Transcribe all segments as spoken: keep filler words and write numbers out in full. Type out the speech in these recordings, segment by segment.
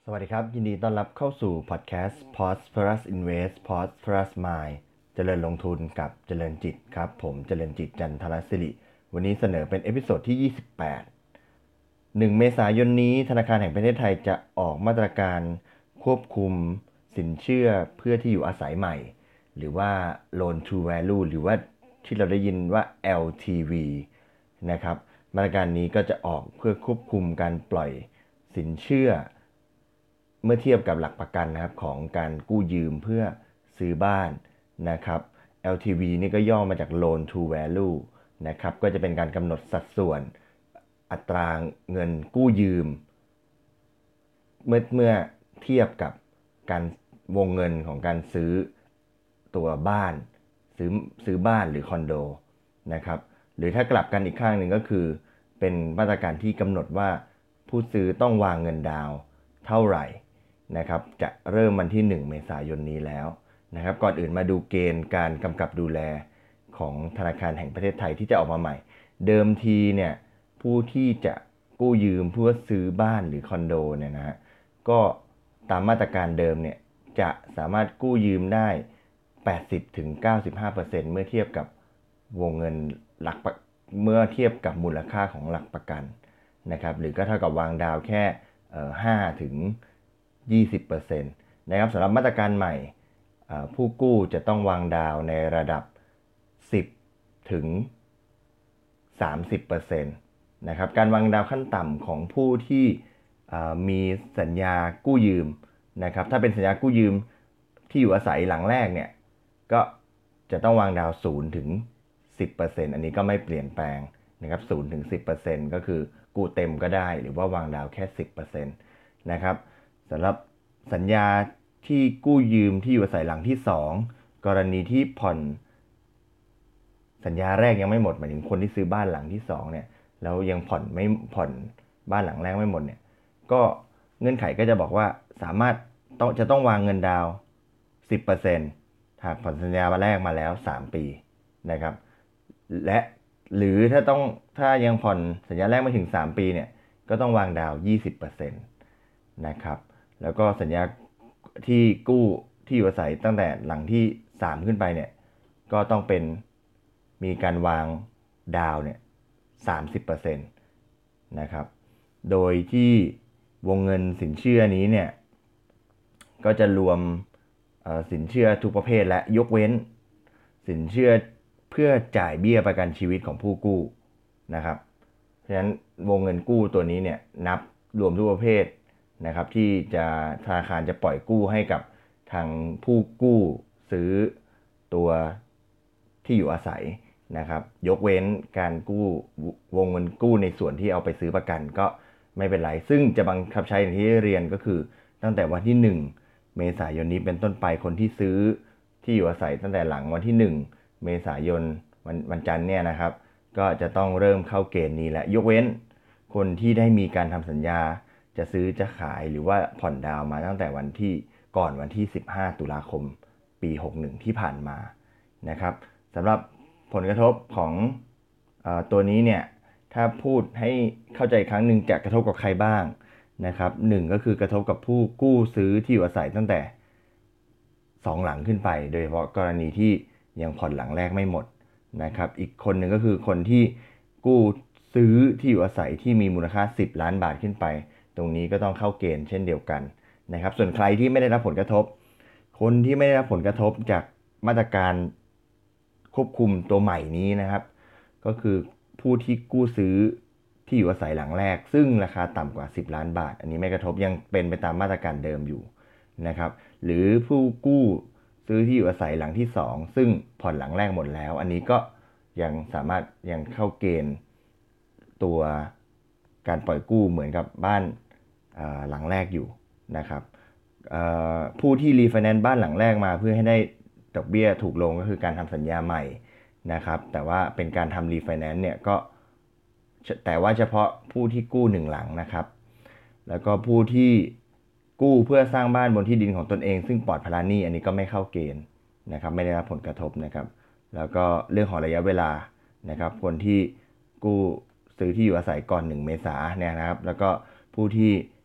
สวัสดีครับยินดีต้อนรับเข้าสู่พอดแคสต์ Prosperous Invest Prosperous Mind เจริญลงทุนกับเจริญจิตครับผมเจริญจิตจันทรศิริวันนี้เสนอเป็นเอพิโซดที่ยี่สิบแปด หนึ่งเมษายนนี้ธนาคารแห่งประเทศไทยจะออกมาตรการควบคุมสินเชื่อเพื่อที่อยู่อาศัยใหม่หรือว่า Loan to Value หรือว่าที่เราได้ยินว่า แอล ที วี นะครับมาตรการนี้ก็จะออกเพื่อควบคุมการปล่อยสินเชื่อเมื่อเทียบกับหลักประกันนะครับของการกู้ยืมเพื่อซื้อบ้านนะครับ แอล ที วี นี่ก็ย่อมาจาก Loan to Value นะครับก็จะเป็นการกำหนดสัดส่วนอัตราเงินกู้ยืมเมื่อเมื่อเทียบกับการวงเงินของการซื้อตัวบ้านซื้อซื้อบ้านหรือคอนโดนะครับหรือถ้ากลับกันอีกข้างหนึ่งก็คือเป็นมาตรการที่กำหนดว่าผู้ซื้อต้องวางเงินดาวน์เท่าไหร่นะครับจะเริ่มวันที่หนึ่งเมษายนนี้แล้วนะครับก่อนอื่นมาดูเกณฑ์การกำกับดูแลของธนาคารแห่งประเทศไทยที่จะออกมาใหม่เดิมทีเนี่ยผู้ที่จะกู้ยืมเพื่อซื้อบ้านหรือคอนโดเนี่ยนะฮะก็ตามมาตรการเดิมเนี่ยจะสามารถกู้ยืมได้ แปดสิบถึงเก้าสิบห้าเปอร์เซ็นต์ เมื่อเทียบกับวงเงินหลักเมื่อเทียบกับมูลค่าของหลักประกันนะครับหรือก็เท่ากับวางดาวแค่ห้าถึงยี่สิบเปอร์เซ็นต์ นะครับสำหรับมาตรการใหม่ผู้กู้จะต้องวางดาวในระดับสิบถึงสามสิบเปอร์เซ็นต์ นะครับการวางดาวขั้นต่ำของผู้ที่มีสัญญากู้ยืมนะครับถ้าเป็นสัญญากู้ยืมที่อยู่อาศัยหลังแรกเนี่ยก็จะต้องวางดาวศูนย์ถึงสิบเปอร์เซ็นต์ อันนี้ก็ไม่เปลี่ยนแปลงนะครับศูนย์ถึงสิบเปอร์เซ็นต์ ก็คือกู้เต็มก็ได้หรือว่าวางดาวแค่ สิบเปอร์เซ็นต์ นะครับสำหรับสัญญาที่กู้ยืมที่อยู่อาศัยหลังที่สองกรณีที่ผ่อนสัญญาแรกยังไม่หมดหมายถึงคนที่ซื้อบ้านหลังที่สองเนี่ยแล้วยังผ่อนไม่ผ่อนบ้านหลังแรกไม่หมดเนี่ยก็เงื่อนไขก็จะบอกว่าสามารถต้องจะต้องวางเงินดาว สิบเปอร์เซ็นต์ หากผ่อนสัญญาแรกมาแล้วสามปีนะครับและหรือถ้าต้องถ้ายังผ่อนสัญญาแรกไม่ถึงสามปีเนี่ยก็ต้องวางดาว ยี่สิบเปอร์เซ็นต์ นะครับแล้วก็สัญญาที่กู้ที่อยู่อาศัยตั้งแต่หลังที่สามขึ้นไปเนี่ยก็ต้องเป็นมีการวางดาวเนี่ย สามสิบเปอร์เซ็นต์ นะครับโดยที่วงเงินสินเชื่อนี้เนี่ยก็จะรวมสินเชื่อทุกประเภทและยกเว้นสินเชื่อเพื่อจ่ายเบี้ยประกันชีวิตของผู้กู้นะครับเพราะฉะนั้นวงเงินกู้ตัวนี้เนี่ยนับรวมทุกประเภทนะครับที่จะธนาคารจะปล่อยกู้ให้กับทางผู้กู้ซื้อตัวที่อยู่อาศัยนะครับยกเว้นการกู้วงเงินกู้ในส่วนที่เอาไปซื้อประกันก็ไม่เป็นไรซึ่งจะบังคับใช้อย่างที่เรียนก็คือตั้งแต่วันที่หนึ่งเมษายนนี้เป็นต้นไปคนที่ซื้อที่อยู่อาศัยตั้งแต่หลังวันที่หนึ่งเมษายนวันวันจันทร์เนี่ยนะครับก็จะต้องเริ่มเข้าเกณฑ์นี้และยกเว้นคนที่ได้มีการทำสัญญาจะซื้อจะขายหรือว่าผ่อนดาวมาตั้งแต่วันที่ก่อนวันที่สิบห้าตุลาคมปีหกสิบเอ็ดที่ผ่านมานะครับสำหรับผลกระทบของเอ่อตัวนี้เนี่ยถ้าพูดให้เข้าใจครั้งหนึ่งจะกระทบกับใครบ้างนะครับหนึ่งก็คือกระทบกับผู้กู้ซื้อที่อยู่อาศัยตั้งแต่สองหลังขึ้นไปโดยเฉพาะกรณีที่ยังผ่อนหลังแรกไม่หมดนะครับอีกคนหนึ่งก็คือคนที่กู้ซื้อที่อยู่อาศัยที่มีมูลค่าสิบล้านบาทขึ้นไปตรงนี้ก็ต้องเข้าเกณฑ์เช่นเดียวกันนะครับส่วนใครที่ไม่ได้รับผลกระทบคนที่ไม่ได้รับผลกระทบจากมาตรการควบคุมตัวใหม่นี้นะครับก็คือผู้ที่กู้ซื้อที่อยู่อาศัยหลังแรกซึ่งราคาต่ำกว่าสิบล้านบาทอันนี้ไม่กระทบยังเป็นไปตามมาตรการเดิมอยู่นะครับหรือผู้กู้ซื้อที่อยู่อาศัยหลังที่สองซึ่งผ่อนหลังแรกหมดแล้วอันนี้ก็ยังสามารถยังเข้าเกณฑ์ตัวการปล่อยกู้เหมือนกับบ้านหลังแรกอยู่นะครับผู้ที่รีไฟแนนซ์บ้านหลังแรกมาเพื่อให้ได้ดอกเบี้ยถูกลงก็คือการทำสัญญาใหม่นะครับแต่ว่าเป็นการทำรีไฟแนนซ์เนี่ยก็แต่ว่าเฉพาะผู้ที่กู้หนึ่งหลังนะครับแล้วก็ผู้ที่กู้เพื่อสร้างบ้านบนที่ดินของตนเองซึ่งปลอดภาระหนี้อันนี้ก็ไม่เข้าเกณฑ์นะครับไม่ได้รับผลกระทบนะครับแล้วก็เรื่องของระยะเวลานะครับคนที่กู้ซื้อที่อยู่อาศัยก่อนหนึ่งเมษายนเนี่ยนะครับแล้วก็ผู้ที่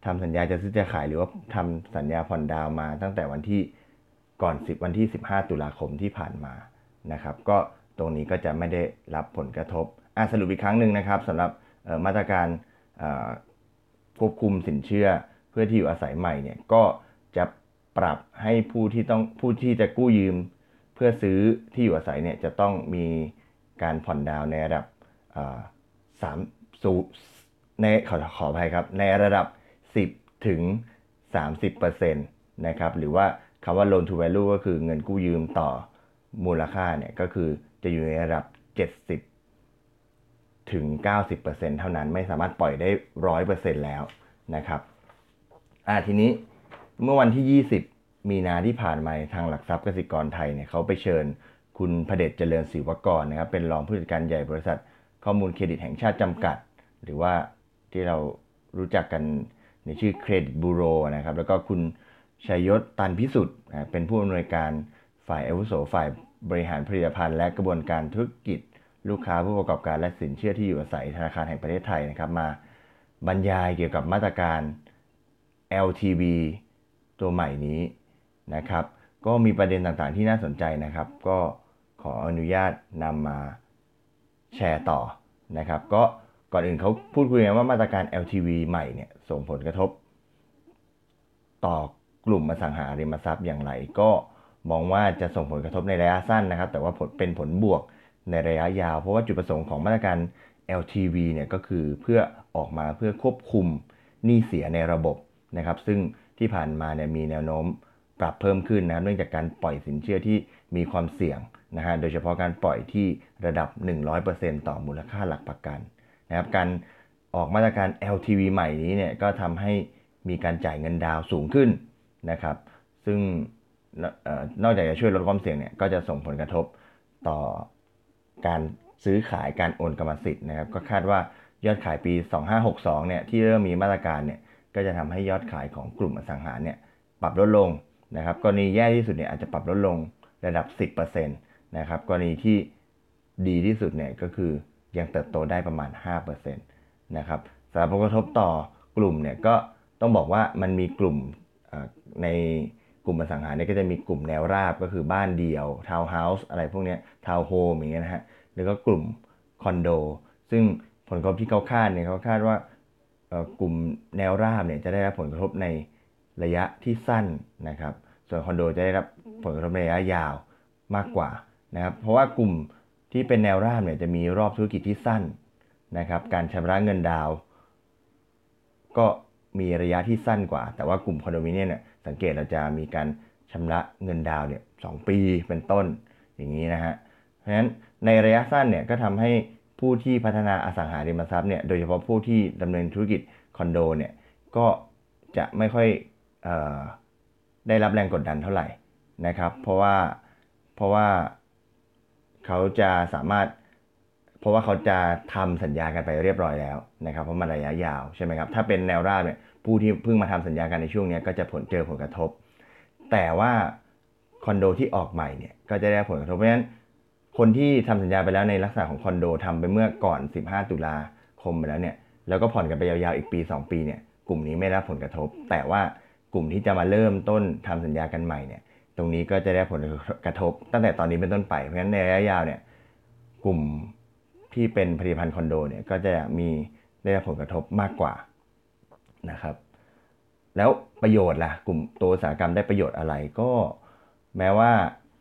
ทำสัญญาจะซื้อจะขายหรือว่าทำสัญญาผ่อนดาวมาตั้งแต่วันที่ก่อนสิบวันที่สิบห้าตุลาคมที่ผ่านมานะครับก็ตรงนี้ก็จะไม่ได้รับผลกระทบอ่ะสรุปอีกครั้งหนึ่งนะครับสำหรับมาตรการควบคุมสินเชื่อเพื่อที่อยู่อาศัยใหม่เนี่ยก็จะปรับให้ผู้ที่ต้องผู้ที่จะกู้ยืมเพื่อซื้อที่อยู่อาศัยเนี่ยจะต้องมีการผ่อนดาวในระดับสามสูในขอขออภัยครับในระดับสิบถึงสามสิบเปอร์เซ็นต์ นะครับหรือว่าคำว่า loan to value ก็คือเงินกู้ยืมต่อมูลค่าเนี่ยก็คือจะอยู่ในระดับเจ็ดสิบถึง เก้าสิบเปอร์เซ็นต์ เท่านั้นไม่สามารถปล่อยได้ หนึ่งร้อยเปอร์เซ็นต์ แล้วนะครับอ่าทีนี้เมื่อวันที่ยี่สิบมีนาที่ผ่านมาทางหลักทรัพย์กสิกรไทยเนี่ยเขาไปเชิญคุณเผด็จเจริญศิวกรนะครับเป็นรองผู้จัดการใหญ่บริษัทข้อมูลเครดิตแห่งชาติจำกัดหรือว่าที่เรารู้จักกันในชื่อเครดิตบูโรนะครับแล้วก็คุณชัยยศตันพิสุทธิ์เป็นผู้อำนวยการฝ่ายอาวุโสฝ่ายบริหารผลิตภัณฑ์และกระบวนการธุรกิจลูกค้าผู้ประกอบการและสินเชื่อที่อยู่อาศัยธนาคารแห่งประเทศไทยนะครับมาบรรยายเกี่ยวกับมาตรการ แอล ที วี ตัวใหม่นี้นะครับก็มีประเด็นต่างๆที่น่าสนใจนะครับก็ขออนุญาตนำมาแชร์ต่อนะครับก็ก่อนอื่นเขาพูดคุยกันว่ามาตรการ แอล ที วี ใหม่เนี่ยส่งผลกระทบต่อกลุ่มอสังหาริมทรัพย์อย่างไรก็มองว่าจะส่งผลกระทบในระยะสั้นนะครับแต่ว่าผลเป็นผลบวกในระยะยาวเพราะว่าจุดประสงค์ของมาตรการ แอล ที วี เนี่ยก็คือเพื่อออกมาเพื่อควบคุมหนี้เสียในระบบนะครับซึ่งที่ผ่านมาเนี่ยมีแนวโน้มปรับเพิ่มขึ้นนะเนื่องจากการปล่อยสินเชื่อที่มีความเสี่ยงนะฮะโดยเฉพาะการปล่อยที่ระดับ หนึ่งร้อยเปอร์เซ็นต์ ต่อมูลค่าหลักประกันนะครับการออกมาตรการ แอล ที วี ใหม่นี้เนี่ยก็ทำให้มีการจ่ายเงินดาวสูงขึ้นนะครับซึ่งนอกจากจะช่วยลดความเสี่ยงเนี่ยก็จะส่งผลกระทบต่อการซื้อขายการโอนกรรมสิทธิ์นะครับก็คาดว่ายอดขายปีสองพันห้าร้อยหกสิบสองเนี่ยที่เริ่มมีมาตรการเนี่ยก็จะทำให้ยอดขายของกลุ่มอสังหาเนี่ยปรับลดลงนะครับกรณีแย่ที่สุดเนี่ยอาจจะปรับลดลงระดับ สิบเปอร์เซ็นต์ นะครับกรณีที่ดีที่สุดเนี่ยก็คือยังเติบโตได้ประมาณ ห้าเปอร์เซ็นต์ นะครับสำหรับผลกระทบต่อกลุ่มเนี่ยก็ต้องบอกว่ามันมีกลุ่มในกลุ่มอสังหาเนี่ยก็จะมีกลุ่มแนวราบก็คือบ้านเดี่ยวทาวน์เฮาส์อะไรพวกนี้ทาวน์โฮมอย่างเงี้ยนะฮะแล้วก็กลุ่มคอนโดซึ่งผลกระทบที่เขาคาดเนี่ยเขาคาดว่ากลุ่มแนวราบเนี่ยจะได้รับผลกระทบในระยะที่สั้นนะครับส่วนคอนโดจะได้รับผลกระทบในระยะยาวมากกว่านะครับเพราะว่ากลุ่มที่เป็นแนวราบเนี่ยจะมีรอบธุรกิจที่สั้นนะครับการชำระเงินดาวก็มีระยะที่สั้นกว่าแต่ว่ากลุ่มคอนโดมิเนียมเนี่ยสังเกตเราจะมีการชำระเงินดาวเนี่ยสองปีเป็นต้นอย่างนี้นะฮะเพราะฉะนั้นในระยะสั้นเนี่ยก็ทำให้ผู้ที่พัฒนาอสังหาริมทรัพย์เนี่ยโดยเฉพาะผู้ที่ดำเนินธุรกิจคอนโดเนี่ยก็จะไม่ค่อยเอ่อได้รับแรงกดดันเท่าไหร่นะครับเพราะว่าเพราะว่าเขาจะสามารถเพราะว่าเขาจะทำสัญญากันไปเรียบร้อยแล้วนะครับเพราะมันระยะยาวใช่ไหมครับถ้าเป็นแนวราบเนี่ยผู้ที่เพิ่งมาทำสัญญากันในช่วงนี้ก็จะผลเจอผลกระทบแต่ว่าคอนโดที่ออกใหม่เนี่ยก็จะได้ผลกระทบเพราะฉะนั้นคนที่ทำสัญญาไปแล้วในลักษณะของคอนโดทำไปเมื่อก่อนสิบห้าตุลาคมไปแล้วเนี่ยแล้วก็ผ่อนกันไปยาวๆอีกปีสองปีเนี่ยกลุ่มนี้ไม่ได้ผลกระทบแต่ว่ากลุ่มที่จะมาเริ่มต้นทำสัญญากันใหม่เนี่ยตรงนี้ก็จะได้ผลกระทบตั้งแต่ตอนนี้เป็นต้นไปเพราะฉะนั้นในระยะยาวเนี่ยกลุ่มที่เป็นผลิตภัณฑ์คอนโดเนี่ยก็จะมีได้รับผลกระทบมากกว่านะครับแล้วประโยชน์ล่ะกลุ่มตัวอุตสาหกรรมได้ประโยชน์อะไรก็แม้ว่า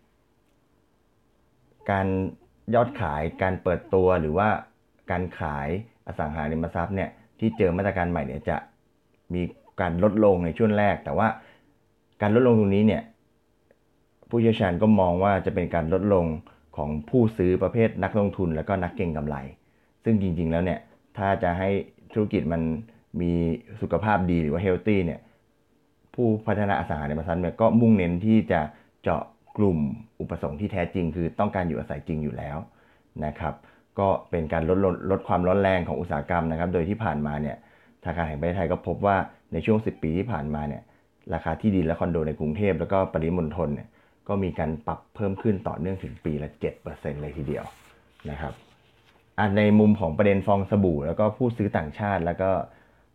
การยอดขายการเปิดตัวหรือว่าการขายอสังหาริมทรัพย์เนี่ยที่เจอมาตรการใหม่เนี่ยจะมีการลดลงในช่วงแรกแต่ว่าการลดลงตรงนี้เนี่ยผู้เชี่ยวชาญก็มองว่าจะเป็นการลดลงของผู้ซื้อประเภทนักลงทุนแล้วก็นักเก็งกำไรซึ่งจริงๆแล้วเนี่ยถ้าจะให้ธุรกิจมันมีสุขภาพดีหรือว่าเฮลตี้เนี่ยผู้พัฒนาอสังหาริมทรัพย์เนี่ยก็มุ่งเน้นที่จะเจาะกลุ่มอุปสงค์ที่แท้จริงคือต้องการอยู่อาศัยจริงอยู่แล้วนะครับก็เป็นการลดลดลดความร้อนแรงของอุตสาหกรรมนะครับโดยที่ผ่านมาเนี่ยธนาคารแห่งประเทศไทยก็พบว่าในช่วงสิบปีที่ผ่านมาเนี่ยราคาที่ดินและคอนโดในกรุงเทพแล้วก็ปริมณฑลเนี่ยก็มีการปรับเพิ่มขึ้นต่อเนื่องถึงปีละ เจ็ดเปอร์เซ็นต์ เลยทีเดียวนะครับในมุมของประเด็นฟองสบู่แล้วก็ผู้ซื้อต่างชาติแล้วก็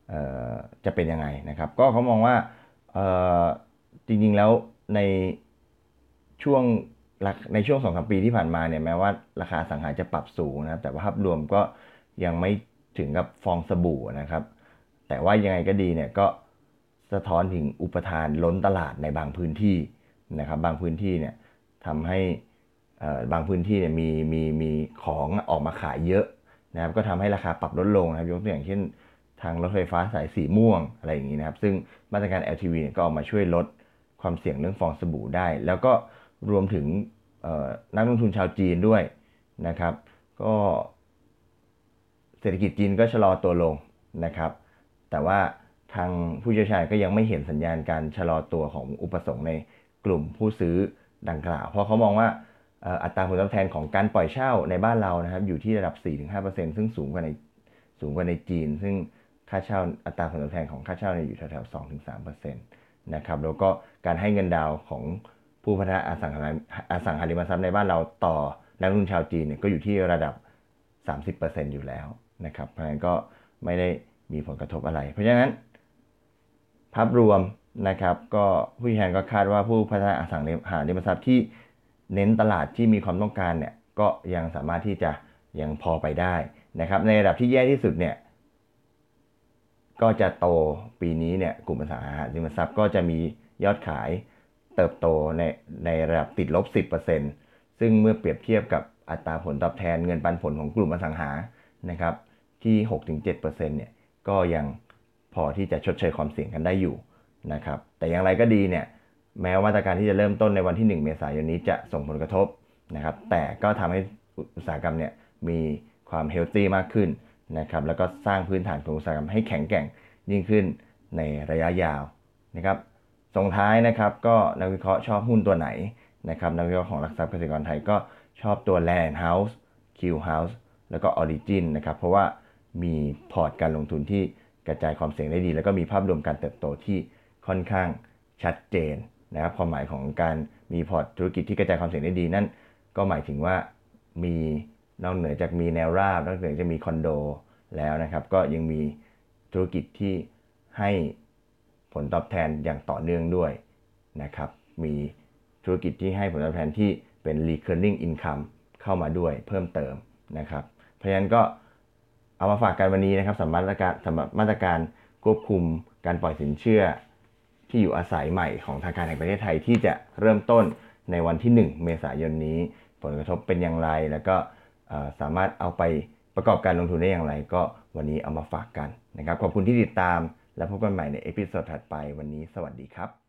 จะเป็นยังไงนะครับก็เขามองว่าจริงๆแล้วในช่วงในช่วง สองถึงสาม ปีที่ผ่านมาเนี่ยแม้ว่าราคาสังหาจะปรับสูงนะครับแต่ว่าภาพรวมก็ยังไม่ถึงกับฟองสบู่นะครับแต่ว่ายังไงก็ดีเนี่ยก็สะท้อนถึงอุปทานล้นตลาดในบางพื้นที่นะครับบางพื้นที่เนี่ยทำให้บางพื้นที่เนี่ยมีมีมีของออกมาขายเยอะนะครับก็ทำให้ราคาปรับลดลงนะครับยกตัวอย่างเช่นทางรถไฟฟ้าสายสีม่วงอะไรอย่างนี้นะครับซึ่งมาตรการ แอล ที วี เนี่ยก็ออกมาช่วยลดความเสี่ยงเรื่องฟองสบู่ได้แล้วก็รวมถึงนักลงทุนชาวจีนด้วยนะครับก็เศรษฐกิจจีนก็ชะลอตัวลงนะครับแต่ว่าทางผู้เชี่ยวชาญก็ยังไม่เห็นสัญญาณการชะลอตัวของอุปสงค์ในกลุ่มผู้ซื้อดังกล่าวเพราะเขามองว่าอัตราผลตอบแทนของการปล่อยเช่าในบ้านเรานะครับอยู่ที่ระดับ สี่ถึงห้าเปอร์เซ็นต์ ซึ่งสูงกว่าในสูงกว่าในจีนซึ่งค่าเช่าอัตราผลตอบแทนของค่าเช่าเนี่ยอยู่แถวๆ สองถึงสามเปอร์เซ็นต์ นะครับแล้วก็การให้เงินดาวของผู้พัฒนาอสังหาอสังหาริมทรัพย์ในบ้านเราต่อนักลงทุนชาวจีนเนี่ยก็อยู่ที่ระดับ สามสิบเปอร์เซ็นต์ อยู่แล้วนะครับเพราะฉะนั้นก็ไม่ได้มีผลกระทบอะไรเพราะฉะนั้นภาพรวมนะครับก็ผู้บริหารก็คาดว่าผู้พัฒนาอสังหาริมทรัพย์ที่เน้นตลาดที่มีความต้องการเนี่ยก็ยังสามารถที่จะยังพอไปได้นะครับในระดับที่แย่ที่สุดเนี่ยก็จะโตปีนี้เนี่ยกลุ่มอสังหาริมทรัพย์ก็จะมียอดขายเติบโตในในระดับติดลบ สิบเปอร์เซ็นต์ ซึ่งเมื่อเปรียบเทียบกับอัตราผลตอบแทนเงินปันผลของกลุ่มอสังหานะครับที่ หกถึงเจ็ดเปอร์เซ็นต์ เนี่ยก็ยังพอที่จะชดเชยความเสี่ยงกันได้อยู่นะครับแต่อย่างไรก็ดีเนี่ยแม้มาตรการที่จะเริ่มต้นในวันที่หนึ่งเมษายนนี้จะส่งผลกระทบนะครับแต่ก็ทำให้อุตสาหกรรมเนี่ยมีความเฮลตี้มากขึ้นนะครับแล้วก็สร้างพื้นฐานของอุตสาหกรรมให้แข็งแกร่งยิ่งขึ้นในระยะยาวนะครับส่งท้ายนะครับก็นักวิเคราะห์ชอบหุ้นตัวไหนนะครับนักวิเคราะห์ของหลักทรัพย์เกษตรกรไทยก็ชอบตัว Land House Q House แล้วก็ Origin นะครับเพราะว่ามีพอร์ตการลงทุนที่กระจายความเสี่ยงได้ดีแล้วก็มีภาพรวมการเติบโตที่ค่อนข้างชัดเจนนะครับความหมายของการมีพอร์ตธุรกิจที่กระจายความเสี่ยงได้ดีนั่นก็หมายถึงว่ามีนอกเหนือจากมีแนวราบนอกเหนือจากมีคอนโดแล้วนะครับก็ยังมีธุรกิจที่ให้ผลตอบแทนอย่างต่อเนื่องด้วยนะครับมีธุรกิจที่ให้ผลตอบแทนที่เป็น recurring income เข้ามาด้วยเพิ่มเติมนะครับเพราะฉะนั้นก็เอามาฝากกันวันนี้นะครับสำหรับมาตรการสำหรับมาตรการควบคุมการปล่อยสินเชื่อที่อยู่อาศัยใหม่ของธนาคารแห่งประเทศไทยที่จะเริ่มต้นในวันที่หนึ่งเมษายนนี้ผลกระทบเป็นอย่างไรแล้วก็สามารถเอาไปประกอบการลงทุนได้อย่างไรก็วันนี้เอามาฝากกันนะครับขอบคุณที่ติดตามและพบกันใหม่ในเอพิโซดถัดไปวันนี้สวัสดีครับ